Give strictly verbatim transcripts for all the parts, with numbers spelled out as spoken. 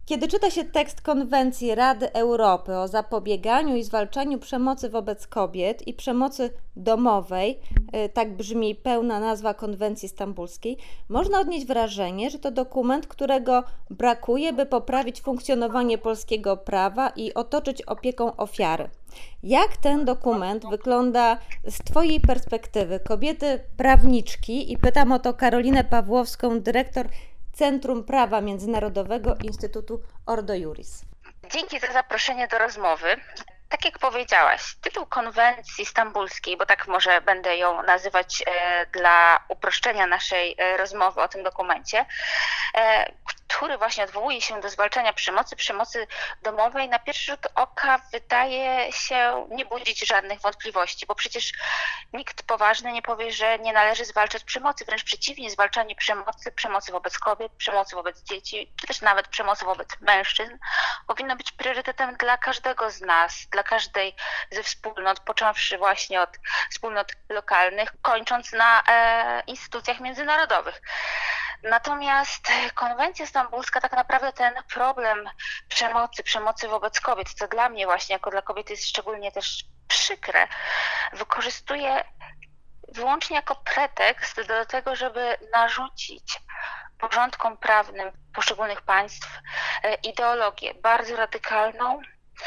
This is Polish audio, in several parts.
Kiedy czyta się tekst Konwencji Rady Europy o zapobieganiu i zwalczaniu przemocy wobec kobiet i przemocy domowej, tak brzmi pełna nazwa Konwencji Stambulskiej, można odnieść wrażenie, że to dokument, którego brakuje, by poprawić funkcjonowanie polskiego prawa i otoczyć opieką ofiary. Jak ten dokument wygląda z Twojej perspektywy, kobiety prawniczki? I pytam o to Karolinę Pawłowską, dyrektor Centrum Prawa Międzynarodowego Instytutu Ordo Iuris. Dzięki za zaproszenie do rozmowy. Tak jak powiedziałaś, tytuł konwencji stambulskiej, bo tak może będę ją nazywać e, dla uproszczenia naszej e, rozmowy o tym dokumencie, e, który właśnie odwołuje się do zwalczania przemocy, przemocy domowej, na pierwszy rzut oka wydaje się nie budzić żadnych wątpliwości, bo przecież nikt poważny nie powie, że nie należy zwalczać przemocy, wręcz przeciwnie, zwalczanie przemocy, przemocy wobec kobiet, przemocy wobec dzieci, czy też nawet przemocy wobec mężczyzn powinno być priorytetem dla każdego z nas, dla każdej ze wspólnot, począwszy właśnie od wspólnot lokalnych, kończąc na e, instytucjach międzynarodowych. Natomiast konwencja stambulska tak naprawdę ten problem przemocy, przemocy wobec kobiet, co dla mnie właśnie jako dla kobiety jest szczególnie też przykre, wykorzystuje wyłącznie jako pretekst do tego, żeby narzucić porządkom prawnym poszczególnych państw ideologię bardzo radykalną,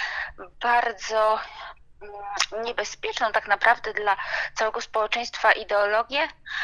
bardzo niebezpieczną tak naprawdę dla całego społeczeństwa ideologię,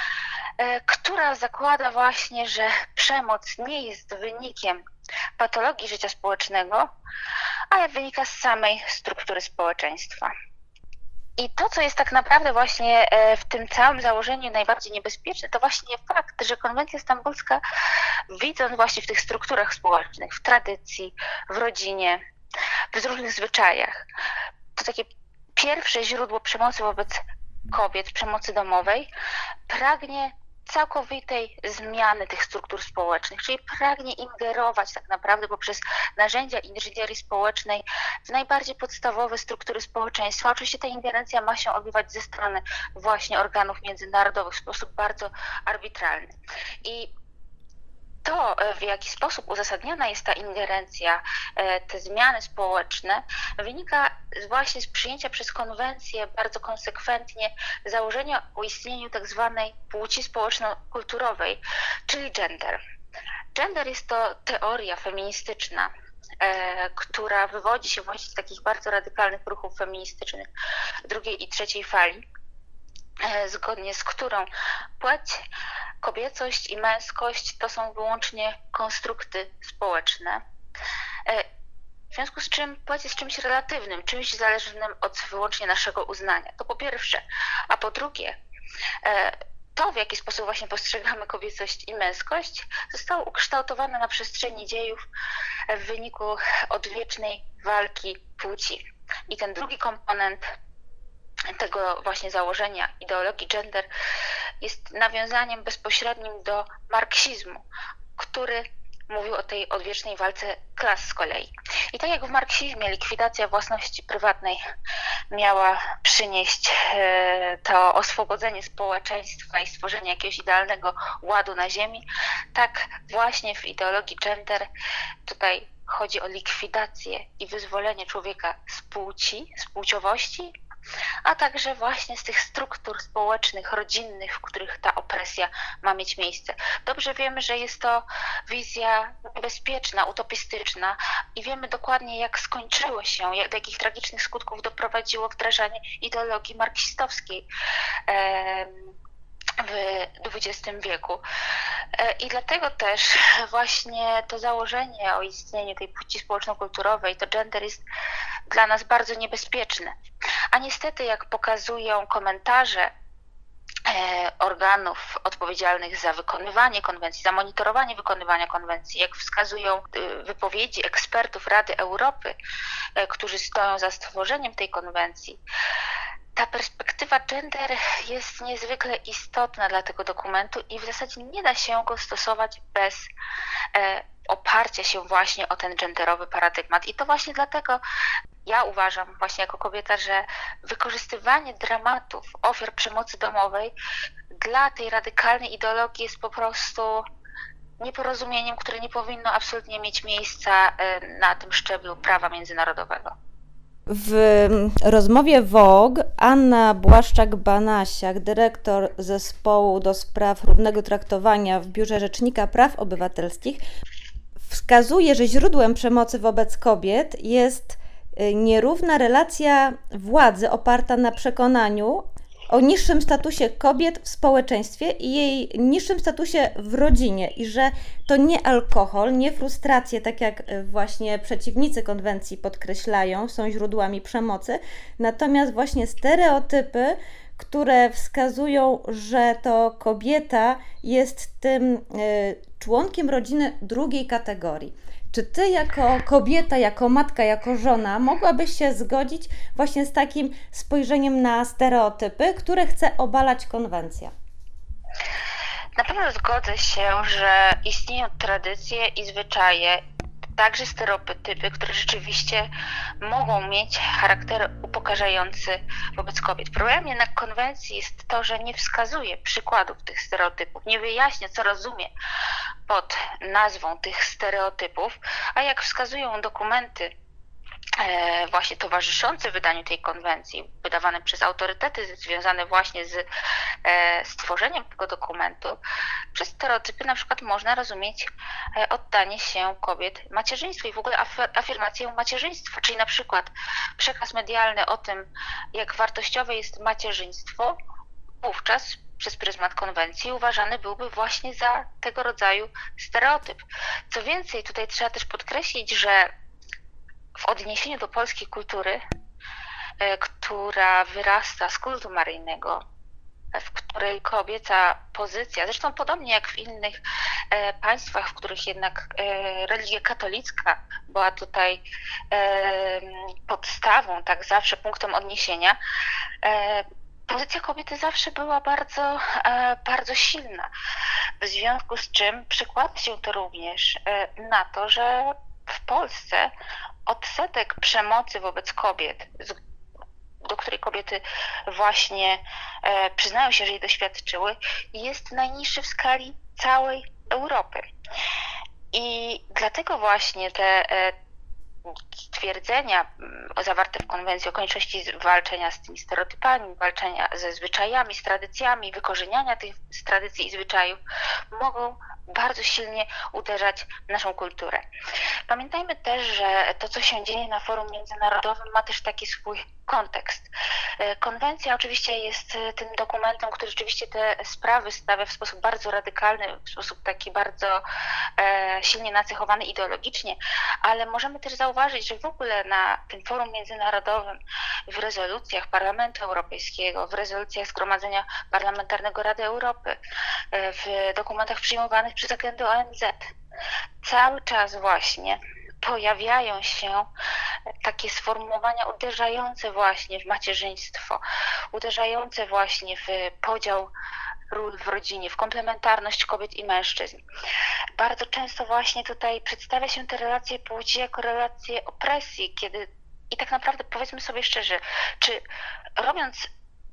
która zakłada właśnie, że przemoc nie jest wynikiem patologii życia społecznego, ale wynika z samej struktury społeczeństwa. I to, co jest tak naprawdę właśnie w tym całym założeniu najbardziej niebezpieczne, to właśnie fakt, że konwencja stambulska, widząc właśnie w tych strukturach społecznych, w tradycji, w rodzinie, w różnych zwyczajach, to takie pierwsze źródło przemocy wobec kobiet, przemocy domowej, pragnie całkowitej zmiany tych struktur społecznych, czyli pragnie ingerować tak naprawdę poprzez narzędzia inżynierii społecznej w najbardziej podstawowe struktury społeczeństwa. Oczywiście ta ingerencja ma się odbywać ze strony właśnie organów międzynarodowych w sposób bardzo arbitralny. I to, w jaki sposób uzasadniona jest ta ingerencja, te zmiany społeczne, wynika właśnie z przyjęcia przez konwencję bardzo konsekwentnie założenia o istnieniu tak zwanej płci społeczno-kulturowej, czyli gender. Gender jest to teoria feministyczna, która wywodzi się właśnie z takich bardzo radykalnych ruchów feministycznych drugiej i trzeciej fali, zgodnie z którą płeć, kobiecość i męskość to są wyłącznie konstrukty społeczne. W związku z czym płeć jest czymś relatywnym, czymś zależnym od wyłącznie naszego uznania. To po pierwsze. A po drugie, to, w jaki sposób właśnie postrzegamy kobiecość i męskość, zostało ukształtowane na przestrzeni dziejów w wyniku odwiecznej walki płci. I ten drugi komponent tego właśnie założenia ideologii gender jest nawiązaniem bezpośrednim do marksizmu, który mówił o tej odwiecznej walce klas z kolei. I tak jak w marksizmie likwidacja własności prywatnej miała przynieść to oswobodzenie społeczeństwa i stworzenie jakiegoś idealnego ładu na ziemi, tak właśnie w ideologii gender tutaj chodzi o likwidację i wyzwolenie człowieka z płci, z płciowości, a także właśnie z tych struktur społecznych, rodzinnych, w których ta opresja ma mieć miejsce. Dobrze wiemy, że jest to wizja niebezpieczna, utopistyczna i wiemy dokładnie, jak skończyło się, jak, do jakich tragicznych skutków doprowadziło wdrażanie ideologii marksistowskiej w dwudziestym wieku. I dlatego też właśnie to założenie o istnieniu tej płci społeczno-kulturowej, to gender jest dla nas bardzo niebezpieczne. A niestety, jak pokazują komentarze organów odpowiedzialnych za wykonywanie konwencji, za monitorowanie wykonywania konwencji, jak wskazują wypowiedzi ekspertów Rady Europy, którzy stoją za stworzeniem tej konwencji, ta perspektywa gender jest niezwykle istotna dla tego dokumentu i w zasadzie nie da się go stosować bez e, oparcia się właśnie o ten genderowy paradygmat. I to właśnie dlatego ja uważam właśnie jako kobieta, że wykorzystywanie dramatów ofiar przemocy domowej dla tej radykalnej ideologii jest po prostu nieporozumieniem, które nie powinno absolutnie mieć miejsca na tym szczeblu prawa międzynarodowego. W rozmowie Vogue Anna Błaszczak-Banasiak, dyrektor zespołu do spraw równego traktowania w Biurze Rzecznika Praw Obywatelskich, wskazuje, że źródłem przemocy wobec kobiet jest nierówna relacja władzy oparta na przekonaniu o niższym statusie kobiet w społeczeństwie i jej niższym statusie w rodzinie i że to nie alkohol, nie frustracje, tak jak właśnie przeciwnicy konwencji podkreślają, są źródłami przemocy, natomiast właśnie stereotypy, które wskazują, że to kobieta jest tym członkiem rodziny drugiej kategorii. Czy ty jako kobieta, jako matka, jako żona mogłabyś się zgodzić właśnie z takim spojrzeniem na stereotypy, które chce obalać konwencja? Na pewno zgodzę się, że istnieją tradycje i zwyczaje, także stereotypy, które rzeczywiście mogą mieć charakter upokarzający wobec kobiet. Problemem jednak konwencji jest to, że nie wskazuje przykładów tych stereotypów, nie wyjaśnia, co rozumie pod nazwą tych stereotypów, a jak wskazują dokumenty właśnie towarzyszące wydaniu tej konwencji, wydawane przez autorytety związane właśnie z stworzeniem tego dokumentu, przez stereotypy na przykład można rozumieć oddanie się kobiet macierzyństwu i w ogóle afirmację macierzyństwa, czyli na przykład przekaz medialny o tym, jak wartościowe jest macierzyństwo, wówczas przez pryzmat konwencji uważany byłby właśnie za tego rodzaju stereotyp. Co więcej, tutaj trzeba też podkreślić, że w odniesieniu do polskiej kultury, która wyrasta z kultu maryjnego, w której kobieca pozycja, zresztą podobnie jak w innych państwach, w których jednak religia katolicka była tutaj podstawą, tak zawsze punktem odniesienia, pozycja kobiety zawsze była bardzo, bardzo silna, w związku z czym przekłada się to również na to, że w Polsce odsetek przemocy wobec kobiet, do której kobiety właśnie przyznają się, że jej doświadczyły, jest najniższy w skali całej Europy. I dlatego właśnie te twierdzenia zawarte w konwencji o konieczności walczenia z tymi stereotypami, walczenia ze zwyczajami, z tradycjami, wykorzeniania tych z tradycji i zwyczajów mogą bardzo silnie uderzać w naszą kulturę. Pamiętajmy też, że to, co się dzieje na forum międzynarodowym, ma też taki swój kontekst. Konwencja oczywiście jest tym dokumentem, który rzeczywiście te sprawy stawia w sposób bardzo radykalny, w sposób taki bardzo e, silnie nacechowany ideologicznie, ale możemy też zauważyć, że w ogóle na tym forum międzynarodowym, w rezolucjach Parlamentu Europejskiego, w rezolucjach Zgromadzenia Parlamentarnego Rady Europy, w dokumentach przyjmowanych przez agendę O N Z, cały czas właśnie pojawiają się takie sformułowania uderzające właśnie w macierzyństwo, uderzające właśnie w podział ról w rodzinie, w komplementarność kobiet i mężczyzn. Bardzo często właśnie tutaj przedstawia się te relacje płci jako relacje opresji, kiedy i tak naprawdę powiedzmy sobie szczerze, czy robiąc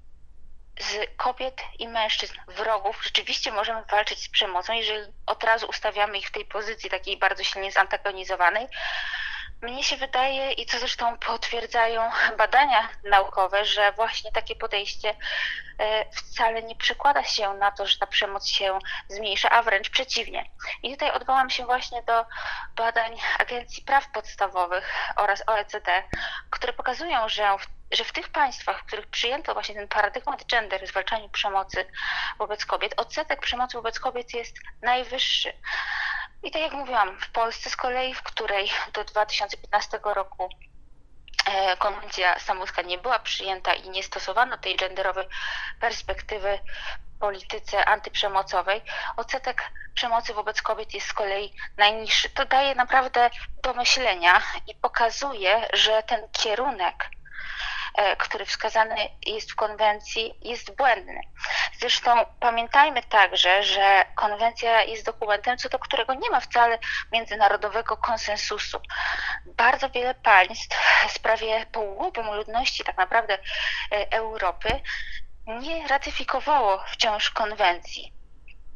z kobiet i mężczyzn wrogów rzeczywiście możemy walczyć z przemocą, jeżeli od razu ustawiamy ich w tej pozycji takiej bardzo silnie zantagonizowanej. Mnie się wydaje, i co zresztą potwierdzają badania naukowe, że właśnie takie podejście wcale nie przekłada się na to, że ta przemoc się zmniejsza, a wręcz przeciwnie. I tutaj odwołam się właśnie do badań Agencji Praw Podstawowych oraz O E C D, które pokazują, że w że w tych państwach, w których przyjęto właśnie ten paradygmat gender w zwalczaniu przemocy wobec kobiet, odsetek przemocy wobec kobiet jest najwyższy. I tak jak mówiłam, w Polsce z kolei, w której do dwa tysiące piętnastego roku konwencja stambulska nie była przyjęta i nie stosowano tej genderowej perspektywy w polityce antyprzemocowej, odsetek przemocy wobec kobiet jest z kolei najniższy. To daje naprawdę do myślenia i pokazuje, że ten kierunek, który wskazany jest w konwencji, jest błędny. Zresztą pamiętajmy także, że konwencja jest dokumentem, co do którego nie ma wcale międzynarodowego konsensusu. Bardzo wiele państw z prawie połową ludności tak naprawdę Europy nie ratyfikowało wciąż konwencji.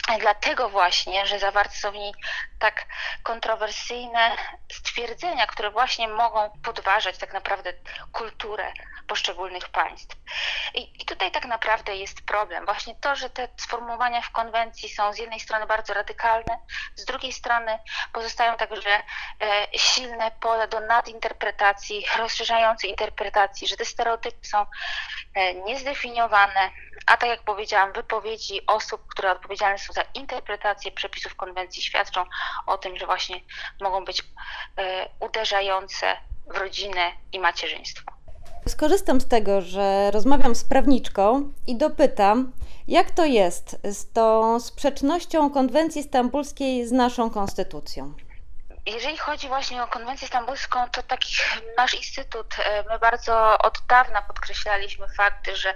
Dlatego właśnie, że zawarte są w niej tak kontrowersyjne stwierdzenia, które właśnie mogą podważać tak naprawdę kulturę poszczególnych państw. I, I tutaj tak naprawdę jest problem. Właśnie to, że te sformułowania w konwencji są z jednej strony bardzo radykalne, z drugiej strony pozostają także e, silne pole do nadinterpretacji, rozszerzającej interpretacji, że te stereotypy są e, niezdefiniowane, a tak jak powiedziałam, wypowiedzi osób, które odpowiedzialne są za interpretację przepisów konwencji, świadczą o tym, że właśnie mogą być e, uderzające w rodzinę i macierzyństwo. Skorzystam z tego, że rozmawiam z prawniczką i dopytam, jak to jest z tą sprzecznością konwencji stambulskiej z naszą konstytucją? Jeżeli chodzi właśnie o konwencję stambulską, to taki nasz instytut, my bardzo od dawna podkreślaliśmy fakt, że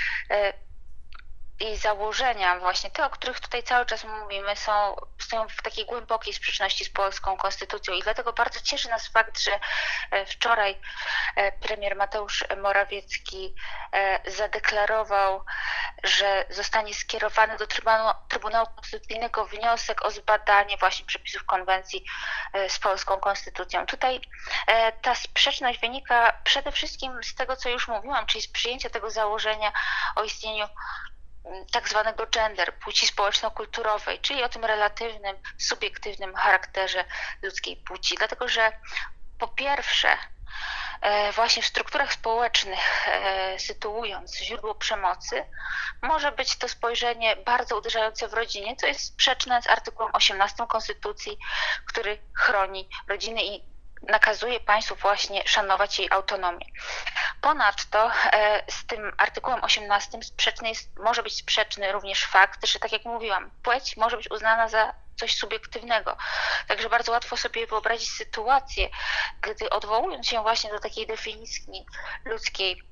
jej założenia, właśnie te, o których tutaj cały czas mówimy, są, stoją w takiej głębokiej sprzeczności z polską konstytucją i dlatego bardzo cieszy nas fakt, że wczoraj premier Mateusz Morawiecki zadeklarował, że zostanie skierowany do Trybunału, Trybunału Konstytucyjnego wniosek o zbadanie właśnie przepisów konwencji z polską konstytucją. Tutaj ta sprzeczność wynika przede wszystkim z tego, co już mówiłam, czyli z przyjęcia tego założenia o istnieniu tak zwanego gender, płci społeczno-kulturowej, czyli o tym relatywnym, subiektywnym charakterze ludzkiej płci. Dlatego, że po pierwsze właśnie w strukturach społecznych sytuując źródło przemocy, może być to spojrzenie bardzo uderzające w rodzinie, co jest sprzeczne z artykułem osiemnastym Konstytucji, który chroni rodziny i nakazuje państwu właśnie szanować jej autonomię. Ponadto z tym artykułem osiemnastym sprzeczny jest, może być sprzeczny również fakt, że tak jak mówiłam, płeć może być uznana za coś subiektywnego. Także bardzo łatwo sobie wyobrazić sytuację, gdy odwołując się właśnie do takiej definicji ludzkiej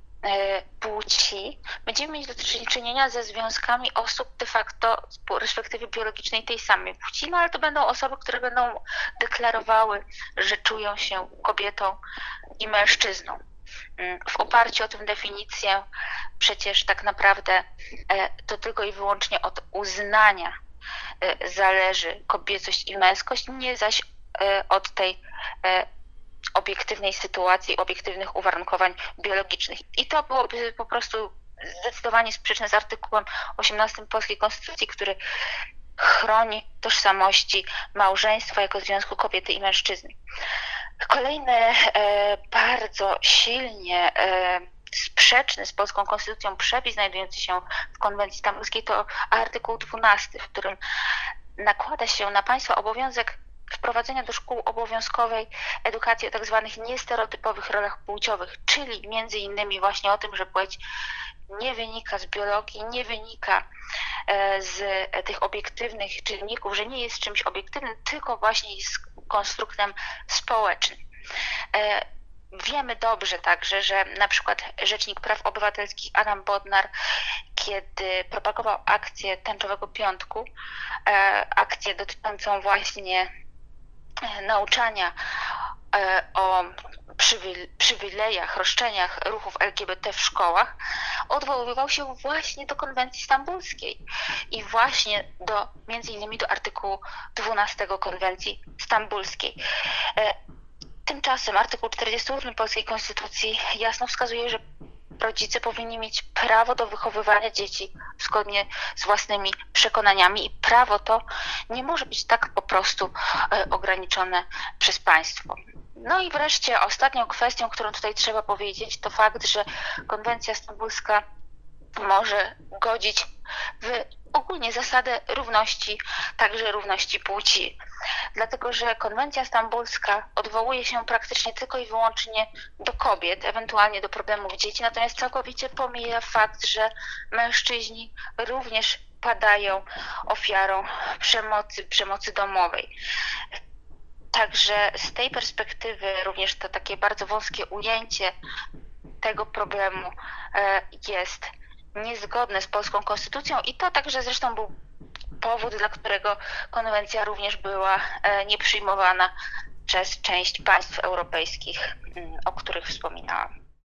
płci, będziemy mieć do czynienia ze związkami osób de facto z perspektywy biologicznej tej samej płci, no ale to będą osoby, które będą deklarowały, że czują się kobietą i mężczyzną. W oparciu o tę definicję przecież tak naprawdę to tylko i wyłącznie od uznania zależy kobiecość i męskość, nie zaś od tej obiektywnej sytuacji, obiektywnych uwarunkowań biologicznych. I to byłoby po prostu zdecydowanie sprzeczne z artykułem osiemnastym Polskiej Konstytucji, który chroni tożsamości małżeństwa jako związku kobiety i mężczyzny. Kolejny e, bardzo silnie e, sprzeczny z polską konstytucją przepis znajdujący się w konwencji stambulskiej to artykuł dwunasty, w którym nakłada się na państwa obowiązek wprowadzenia do szkół obowiązkowej edukacji o tak zwanych niestereotypowych rolach płciowych, czyli między innymi właśnie o tym, że płeć nie wynika z biologii, nie wynika z tych obiektywnych czynników, że nie jest czymś obiektywnym, tylko właśnie jest konstruktem społecznym. Wiemy dobrze także, że na przykład Rzecznik Praw Obywatelskich Adam Bodnar, kiedy propagował akcję Tęczowego Piątku, akcję dotyczącą właśnie nauczania o przywilejach, roszczeniach ruchów L G B T w szkołach, odwoływał się właśnie do konwencji stambulskiej i właśnie do, między innymi do artykułu dwunastego konwencji stambulskiej. Tymczasem artykuł czterdziesty ósmy Polskiej Konstytucji jasno wskazuje, że rodzice powinni mieć prawo do wychowywania dzieci zgodnie z własnymi przekonaniami i prawo to nie może być tak po prostu ograniczone przez państwo. No i wreszcie ostatnią kwestią, którą tutaj trzeba powiedzieć, to fakt, że konwencja stambulska może godzić w ogólnie zasadę równości, także równości płci. Dlatego, że konwencja stambulska odwołuje się praktycznie tylko i wyłącznie do kobiet, ewentualnie do problemów dzieci, natomiast całkowicie pomija fakt, że mężczyźni również padają ofiarą przemocy, przemocy domowej. Także z tej perspektywy również to takie bardzo wąskie ujęcie tego problemu jest niezgodne z polską konstytucją i to także zresztą był powód, dla którego konwencja również była nieprzyjmowana przez część państw europejskich, o których wspominałam.